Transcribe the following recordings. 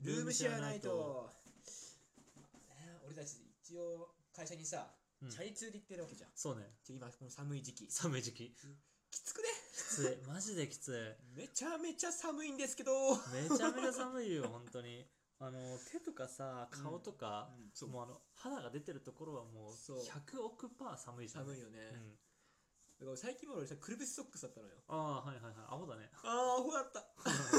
ルームシェアナイト。俺たち一応会社にさ、チャリ通で行ってるわけじゃん。 そうね。 今この寒い時期。 寒い時期。 きつくね。 きつい。マジできつい。 めちゃめちゃ寒いんですけど。 めちゃめちゃ寒いよ、本当に。手とかさ、顔とか、もう肌が出てるところはもう100億パー寒いじゃん。 寒いよね。だから最近も俺さ、くるぶしソックスだったのよ。 ああ、はいはいはい。アホだね。 アホだった。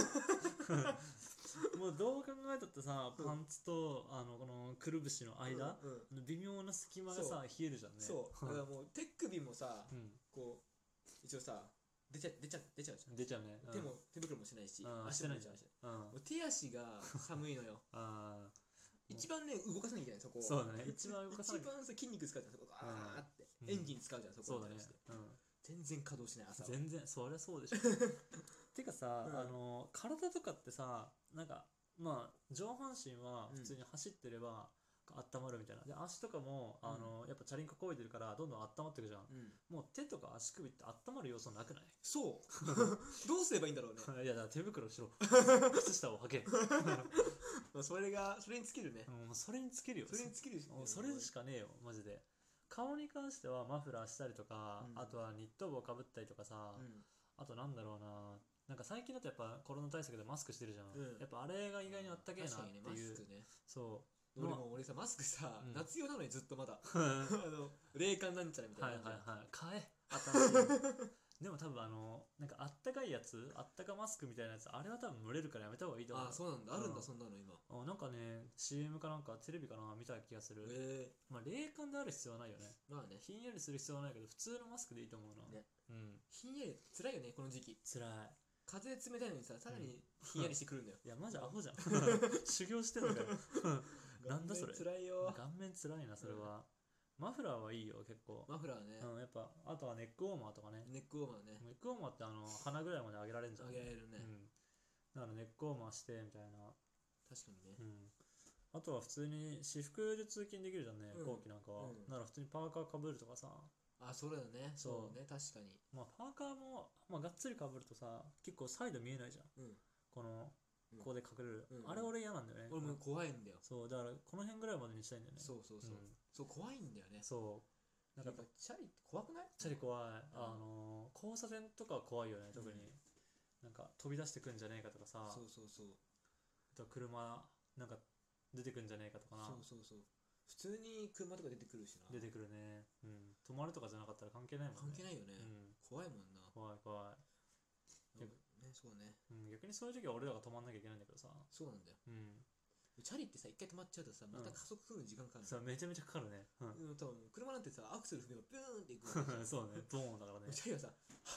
もうどう考えたってさ、パンツとこのくるぶしの間、微妙な隙間がさ、冷えるじゃんね。 そう。だからもう手首もさ、こう、一応さ、出ちゃうじゃん。 出ちゃうね。 手袋もしてないし、 足も出ちゃうし。 手足が寒いのよ。一番ね、動かさなきゃいけない、そこ。 そうだね。一番動かさなきゃ。 一番筋肉使うじゃん、そこ。ガーって。エンジン使うじゃん、そこ。 そうだね。 全然稼働しない、朝は。 全然、そりゃそうでしょ。てかさ、体とかってさ、なんか、まあ、上半身は普通に走ってれば温まるみたいな。で、足とかも、やっぱチャリンコ漕いでるから、どんどん温まっていくじゃん。もう手とか足首って温まる要素なくない？ そうどうすればいいんだろうね。 いや、だから手袋しろ。靴下を履け。 それに尽きるね。 それに尽きるよ。 それに尽きるし、 それしかねえよ、マジで。顔に関してはマフラーしたりとか、あとはニット帽かぶったりとかさ、あとなんだろうな、なんか最近だとやっぱコロナ対策でマスクしてるじゃん。やっぱあれが意外にあったけえなっていう。そう。 俺さ、マスクさ、夏用なのにずっとまだ。冷感なんちゃらみたいな。 はいはいはい。買え。新しい。でも多分なんかあったかいやつ、あったかマスクみたいなやつ、あれは多分蒸れるからやめた方がいいと思う。 あ、そうなんだ。あるんだ、そんなの今。 なんかね、CM かなんかテレビかな見た気がする。まあ冷感である必要はないよね。 まあね。 ひんやりする必要はないけど、普通のマスクでいいと思うな。 ね。ひんやり、辛いよね、この時期。 辛い。 風冷たいのにさ、さらにひんやりしてくるんだよ。 いや、マジアホじゃん。修行してんのかよ。なんだそれ。 辛いよ。 顔面辛いな、それは。マフラーはいいよ、結構。 マフラーね。 やっぱ、あとはネックウォーマーとかね。 ネックウォーマーね。 ネックウォーマーって鼻ぐらいまで上げられるんじゃん。 上げられるね。 だからネックウォーマーしてみたいな。 確かにね。 あとは普通に私服で通勤できるじゃんね、後期なんかは。なら普通にパーカーかぶるとかさ。 あ、それだね。そうね、確かに。 まあパーカーも、まあがっつりかぶるとさ、結構サイド見えないじゃん。この、ここで隠れる。あれ俺嫌なんだよね。 俺も怖いんだよ。 そう、だからこの辺ぐらいまでにしたいんだよね。 そう、怖いんだよね。 そう。 なんかチャリって怖くない？ チャリ怖い。交差点とかは怖いよね、特に。なんか飛び出してくんじゃねえかとかさ。あと車、なんか出てくんじゃねえかとかな。 普通に車とか出てくるしな。 出てくるね。止まるとかじゃなかったら関係ないもんね。 関係ないよね。怖いもんな。 怖い怖い。 そうね。 逆にそういう時は俺らが止まんなきゃいけないんだけどさ。 そうなんだよ。チャリってさ、一回止まっちゃうとさ、また加速するの時間かかる。 そう、めちゃめちゃかかるね。 多分車なんてさ、アクセル踏めばブーンっていく。 そうね、ボーンだからね。 チャリはさ、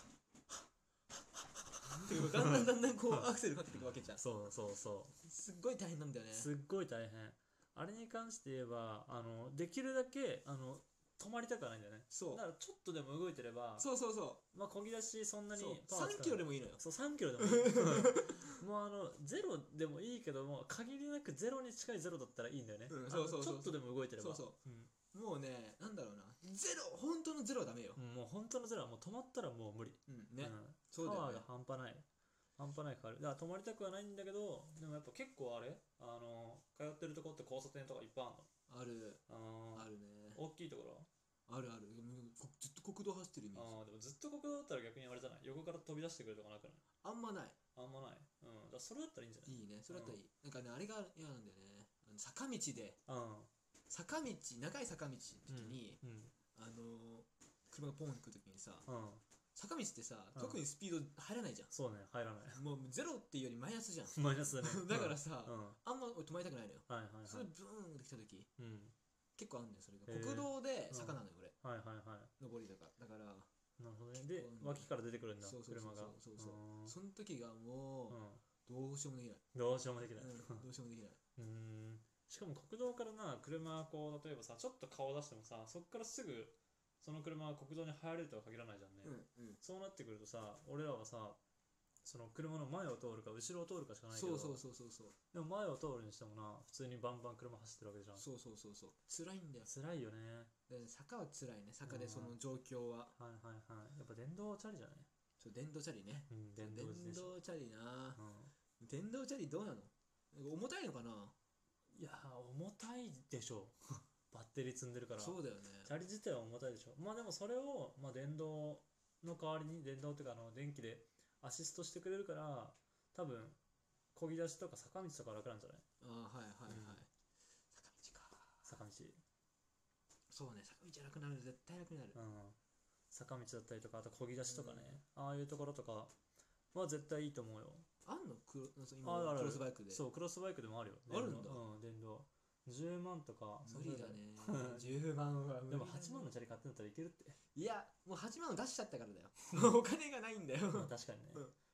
だんだんこうアクセルかけていくわけじゃん。 そうそうそう。 すっごい大変なんだよね。 すっごい大変。あれに関して言えば、できるだけ、止まりたくはないんだよね。だからちょっとでも動いてれば、まあ、漕ぎ出しそんなに 3キロでもいいのよ。 そう、3キロでもいい。もうゼロでもいいけども、限りなくゼロに近いゼロだったらいいんだよね。ちょっとでも動いてれば。 もうね、なんだろうな。ゼロ、本当のゼロはダメよ。 もう本当のゼロはもう止まったらもう無理。パワーが半端ない。半端ないかかる。だから止まりたくはないんだけど、でもやっぱ結構あれ通ってるとこって交差点とかいっぱいあるの？ あるね。 大きいところある。ずっと国道走ってるイメージ。 でもずっと国道だったら逆にあれじゃない？横から飛び出してくるとかなくない？ あんまない。 だからそれだったらいいんじゃない？ いいね、それだったらいい。なんかね、あれが嫌なんだよね。坂道で、長い坂道の時に、車がポンってくる時にさ、坂道ってさ、特にスピード入らないじゃん。 そうね、入らない。 もうゼロっていうよりマイナスじゃん。 マイナスだね。 だからさ、あんま止まりたくないのよ。それブーンって来た時、結構あんだよ、それが。国道で坂なのよ、俺。上りだから。だから、 なるほどね。で、脇から出てくるんだ、車が。 その時がもう、どうしようもできない。 どうしようもできない。しかも国道からな、車こう、例えばさ、ちょっと顔出してもさ、そっからすぐ、その車が国道に入れるとは限らないじゃんね。そうなってくるとさ、俺らはさ、その車の前を通るか後ろを通るかしかないけど、でも前を通るにしてもな、普通にバンバン車走ってるわけじゃん。辛いんだよ。辛いよね。 坂は辛いね、坂でその状況は。 やっぱ電動チャリじゃない？ 電動チャリね。 電動チャリな。電動チャリどうなの？重たいのかな？ たいでしょバッテリー積んでるから。 そうだよね。 チャリ自体は重たいでしょ。まあでもそれを、まあ、電動の代わりに、電動っていうか電気でアシストしてくれるから、多分漕ぎ出しとか坂道とか楽なんじゃない？ ああ、はいはいはい。坂道か。 坂道。 そうね、坂道楽になる、絶対楽になる。 坂道だったりとか、あと漕ぎ出しとかね、ああいうところとかは絶対いいと思うよ。 あんの今クロスバイクで。 そう、クロスバイクでもあるよ。 あるんだ。 電動。10万とか。 無理だね。10万は無理だね。 でも8万のチャリ買ってんだったらいけるって。 いや、もう8万を出しちゃったからだよ。お金がないんだよ。 まあ確かにね。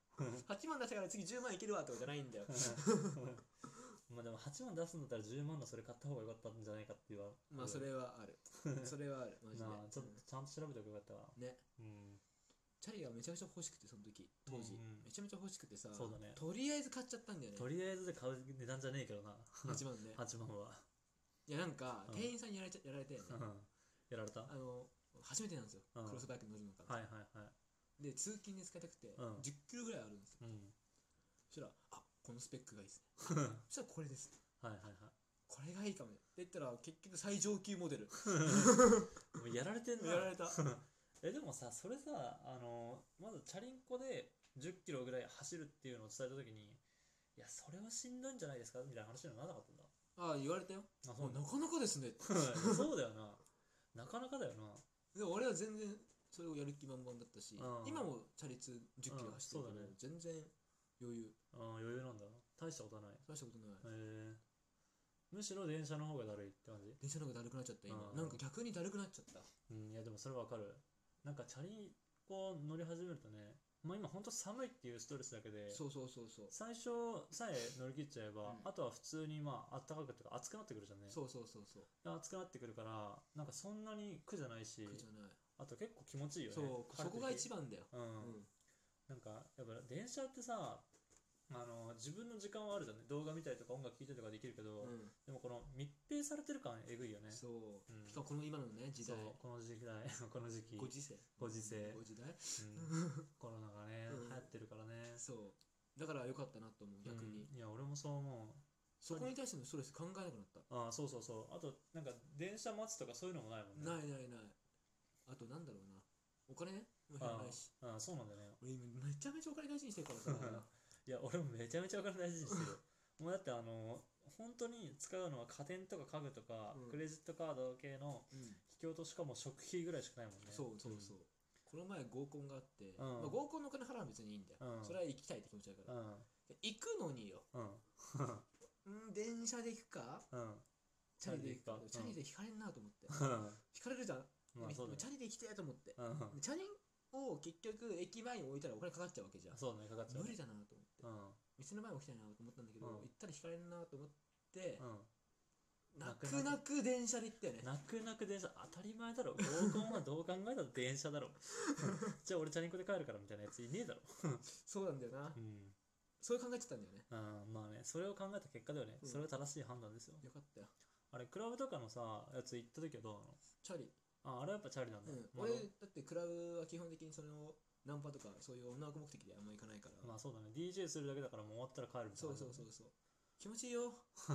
8万出したから次10万いけるわってことじゃないんだよ。 まあでも8万出すんだったら10万のそれ買った方がよかったんじゃないかっていう。 まあそれはある。それはある。マジで。 ちょっとちゃんと調べておけばよかったわ。 ね。チャリがめちゃくちゃ欲しくて、その時当時、めちゃめちゃ欲しくてさ、 そうだね、 とりあえず買っちゃったんだよね。 とりあえずで買う値段じゃねえけどな。 8万ね。 8万は。 いやなんか、店員さんにやられてね。 やられた？ 初めてなんですよ、クロスバイク乗るのから。 はいはいはい。 で通勤で使いたくて、10キロぐらいあるんですよ。そしたら、このスペックがいいですね。そしたらこれです。はいはいはい。これがいいかもねって言ったら、結局最上級モデル。 もうやられてんな。 やられた。 でもさ、それさ、まずチャリンコで10キロぐらい走るっていうのを伝えたときに、いや、それはしんどいんじゃないですかみたいな話にはならなかったんだ。 言われたよ。なかなかですね。 そうだよな。なかなかだよな。 でも俺は全然それをやる気満々だったし、今もチャリ通10キロ走ってるけど、全然余裕。 余裕なんだ。大したことない。 大したことない。 むしろ電車の方がだるいって感じ？ 電車の方がだるくなっちゃった、今。なんか逆にだるくなっちゃった。 いやでもそれわかる。なんかチャリこう乗り始めるとね、まあ今ほんと寒いっていうストレスだけで、 そう最初さえ乗り切っちゃえば、あとは普通にまあ暖かくとか暑くなってくるじゃんね。そう暑くなってくるから、なんかそんなに苦じゃないし、あと結構気持ちいいよね。 そこが一番だよ。 なんかやっぱ電車ってさ、自分の時間はあるじゃんね。動画見たりとか音楽聴いたりとかできるけど、でもこの密閉されてる感えぐいよね。 しかもこの今のね時代、 この時代この時期、 ご時世コロナがね流行ってるからね。 だから良かったなと思う、逆に。 いや俺もそう思う。 そこに対してのストレス考えなくなった。 そうあとなんか電車待つとかそういうのもないもんね。 ない。あとなんだろうな、お金ねもないし。 そうなんだね。 俺今めちゃめちゃお金大事にしてるからさ。 いや俺もめちゃめちゃお金大事にしてる。もうだって本当に使うのは家電とか家具とか、クレジットカード系の引き落としかも食費ぐらいしかないもんね。 そうこの前合コンがあって、合コンのお金払うのは別にいいんだよ。それは行きたいって気持ちだから。行くのによ、電車で行くかチャリで行くか。チャリで引かれんなと思って。引かれるじゃん。チャリで行きたいと思って。チャリを結局駅前に置いたらお金かかっちゃうわけじゃん。 そうね、かかっちゃう。 無理だなと思って。店の前置きたいなと思ったんだけど、行ったら引かれんなと思って、泣く電車で行ったよね。 泣く電車、当たり前だろ。合コンはどう考えたら電車だろ。じゃあ俺チャリンコで帰るからみたいなやついねえだろ。 そうなんだよな。そう考えてたんだよね。 まあね、それを考えた結果だよね。それは正しい判断ですよ。 よかったよ。 あれクラブとかのさやつ行った時はどうなの？ チャリ。 あれはやっぱチャリなんだ。 俺だってクラブは基本的にそのナンパとかそういう女の子目的であんま行かないから。 まあそうだね。DJ するだけだからもう終わったら帰るみたいな。 そう気持ちいいよ。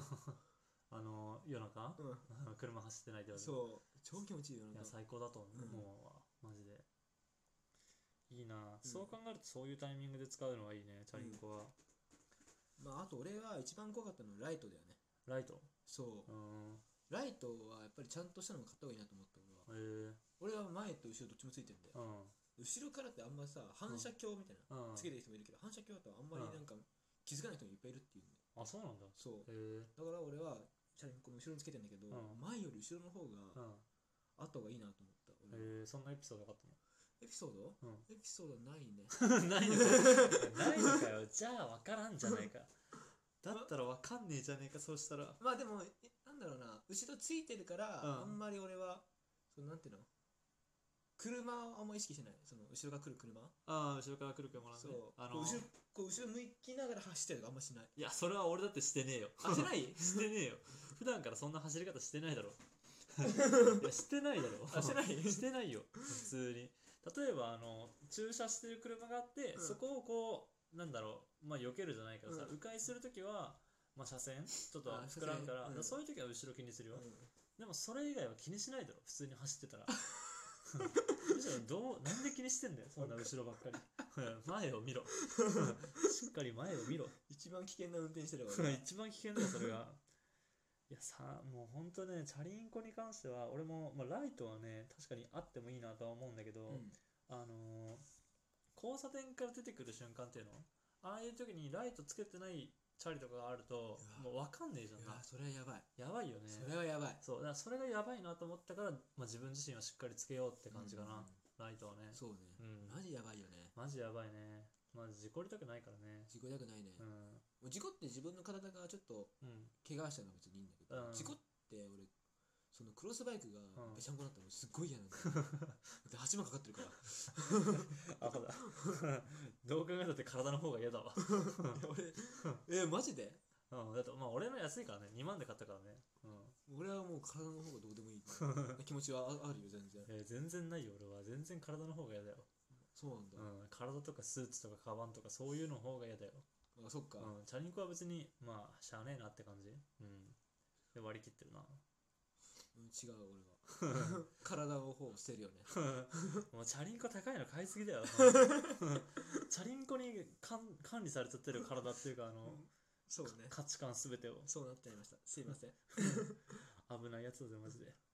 夜中、車走ってないで。 超気持ちいいよ。 いや最高だと思う、もうマジでいいな。そう考えるとそういうタイミングで使うのはいいね、チャリンコは。 あと俺は一番怖かったのはライトだよね。 ライト？ ライトはやっぱりちゃんとしたのも買った方がいいなと思った俺は前と後ろどっちもついてるんだよ。後ろからってあんまさ、反射鏡みたいなつけてる人もいるけど、反射鏡だとあんまりなんか気づかない人もいっぱいいるっていうんで。 そうなんだ。 だから俺はチャリンコの後ろにつけてんだけど、前より後ろの方があった方がいいなと思った。 そんなエピソードがあったの？ エピソードないね。 ないのかよ。じゃあ分からんじゃないか。だったら分かんねえじゃねえか。そうしたらまあでもなんだろうな、後ろついてるからあんまり俺はなんていうの、車をあんま意識してない。その後ろが来る車。 後ろから来る車なんで。 後ろ向きながら走ってるとかあんましない。 いやそれは俺だってしてねえよ。 してない？ してねえよ。普段からそんな走り方してないだろ。いやしてないだろ。してないよ普通に。例えば駐車してる車があって、そこをこうなんだろう、まあ避けるじゃないけどさ、迂回するときはまあ、車線ちょっと膨らむから、そういう時は後ろ気にするよ、でもそれ以外は気にしないだろ普通に走ってたらむしろなんで気にしてんだよそんな後ろばっかり前を見ろしっかり前を見ろ一番危険な運転してるわ一番危険だよそれがいやさもうほんとねチャリンコに関しては俺も、まあ、ライトはね確かにあってもいいなとは思うんだけど、交差点から出てくる瞬間っていうのああいう時にライトつけてないチャリとかがあるともう分かんねえじゃん。 それはやばい。 やばいよね。 それはやばい。 そうだからそれがやばいなと思ったから、まあ、自分自身はしっかりつけようって感じかな、ライトはね。 そうね、マジやばいよね。 マジやばいね。まあ事故りたくないからね。 事故りたくないね。事故って自分の体がちょっと怪我したのは別にいいんだけど、事故って俺そのクロスバイクがぺちゃんこだったのすっごい嫌なんだよだって8万かかってるからあ、そうだどう考えたって体の方が嫌だわ俺マジでだってまあ俺の安いからね2万で買ったからね、 俺はもう体の方がどうでもいい気持ちはあるよ全然。 全然ないよ俺は。全然体の方が嫌だよ。 そうなんだ、 体とかスーツとかカバンとかそういうの方が嫌だよ。 あ、そっか、 チャリンコは別にまあしゃあねえなって感じ。で割り切ってるな。 違う俺は体の方を捨てるよねもうチャリンコ高いの買いすぎだよチャリンコに管理されちゃってる体っていうかそうね、 価値観すべてを。 そうなっちゃいました。すいません危ないやつだぜマジで。